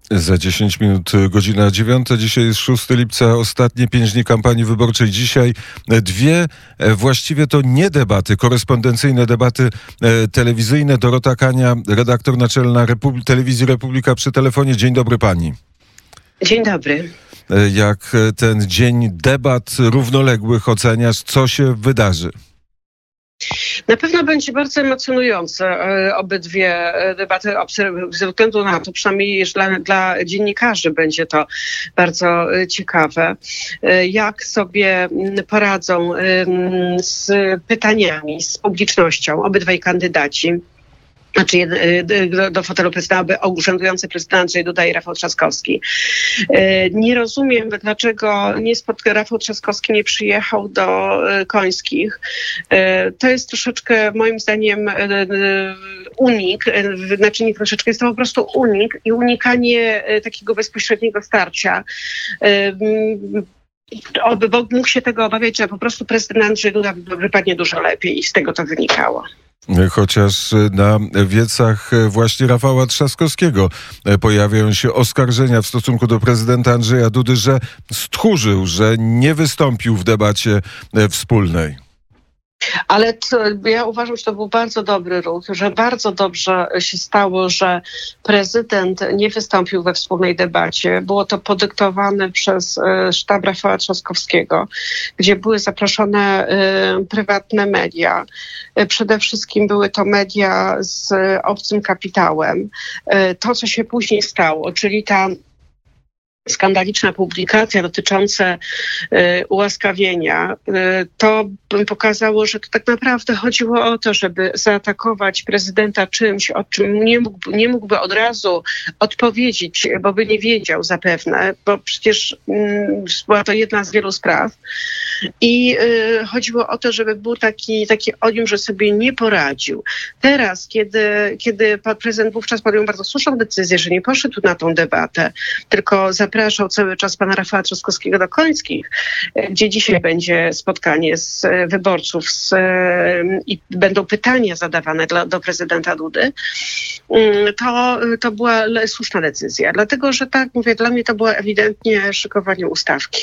Za 10 minut godzina 9. Dzisiaj jest 6 lipca, ostatnie 5 dni kampanii wyborczej. Dzisiaj dwie, właściwie to nie debaty, korespondencyjne debaty telewizyjne. Dorota Kania, redaktor naczelna Telewizji Republika przy telefonie. Dzień dobry pani. Dzień dobry. Jak ten dzień debat równoległych oceniasz? Co się wydarzy? Na pewno będzie bardzo emocjonujące obydwie debaty ze względu na to, przynajmniej dla dziennikarzy będzie to bardzo ciekawe, jak sobie poradzą z pytaniami, z publicznością obydwaj kandydaci. Znaczy do fotelu prezydenta, urzędujący prezydent Andrzej Duda i Rafał Trzaskowski. Nie rozumiem, dlaczego Rafał Trzaskowski nie przyjechał do Końskich. To jest troszeczkę, moim zdaniem, unik, znaczy nie troszeczkę, jest to po prostu unik i unikanie takiego bezpośredniego starcia. Mógł się tego obawiać, że po prostu prezydent Andrzej Duda wypadnie dużo lepiej i z tego to wynikało. Chociaż na wiecach właśnie Rafała Trzaskowskiego pojawiają się oskarżenia w stosunku do prezydenta Andrzeja Dudy, że stchórzył, że nie wystąpił w debacie wspólnej. Ale ja uważam, że to był bardzo dobry ruch, że bardzo dobrze się stało, że prezydent nie wystąpił we wspólnej debacie. Było to podyktowane przez sztab Rafała Trzaskowskiego, gdzie były zaproszone prywatne media. Przede wszystkim były to media z obcym kapitałem. To, co się później stało, czyli ta skandaliczna publikacja dotycząca ułaskawienia, to pokazało, że to tak naprawdę chodziło o to, żeby zaatakować prezydenta czymś, o czym nie mógłby od razu odpowiedzieć, bo by nie wiedział zapewne, bo przecież była to jedna z wielu spraw. I chodziło o to, żeby był taki odium, że sobie nie poradził. Teraz, kiedy pan prezydent wówczas podjął bardzo słuszną decyzję, że nie poszedł na tą debatę, tylko zapraszał cały czas pana Rafała Trzaskowskiego do Końskich, gdzie dzisiaj będzie spotkanie z wyborców i będą pytania zadawane do prezydenta Dudy, to była słuszna decyzja. Dlatego, że tak mówię, dla mnie to było ewidentnie szykowanie ustawki.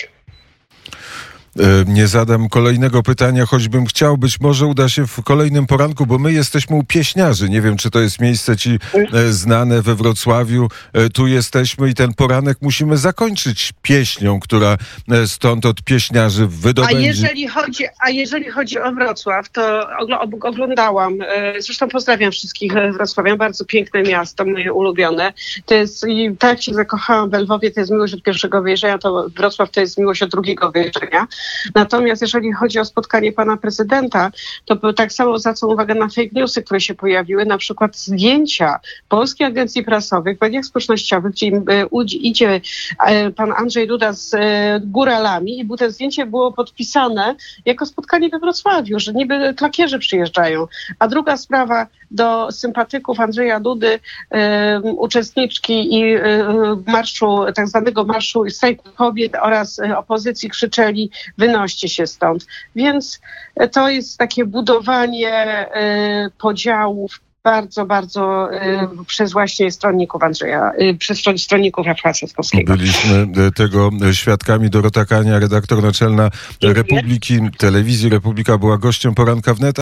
Nie zadam kolejnego pytania, choćbym chciał. Być może uda się w kolejnym poranku, bo my jesteśmy u pieśniarzy. Nie wiem, czy to jest miejsce ci znane we Wrocławiu. Tu jesteśmy i ten poranek musimy zakończyć pieśnią, która stąd od pieśniarzy wydobędzie. A jeżeli chodzi o Wrocław, to oglądałam, zresztą pozdrawiam wszystkich wrocławian, bardzo piękne miasto, moje ulubione. To jest, i tak się zakochałam w Lwowie, to jest miłość od pierwszego wejrzenia, to Wrocław to jest miłość od drugiego wejrzenia. Natomiast jeżeli chodzi o spotkanie pana prezydenta, to tak samo zwracam uwagę na fake newsy, które się pojawiły, na przykład zdjęcia Polskiej Agencji Prasowej w mediach społecznościowych, gdzie idzie pan Andrzej Duda z góralami i to zdjęcie było podpisane jako spotkanie we Wrocławiu, że niby klakierzy przyjeżdżają. A druga sprawa, do sympatyków Andrzeja Dudy, uczestniczki i marszu, tak zwanego marszu strajku kobiet oraz opozycji krzyczeli: wynoście się stąd. Więc to jest takie budowanie podziałów bardzo, bardzo przez właśnie stronników przez stronników Rafała Trzaskowskiego. Byliśmy tego świadkami. Dorota Kania, redaktor naczelna Telewizji Republika, była gościem poranka wnet.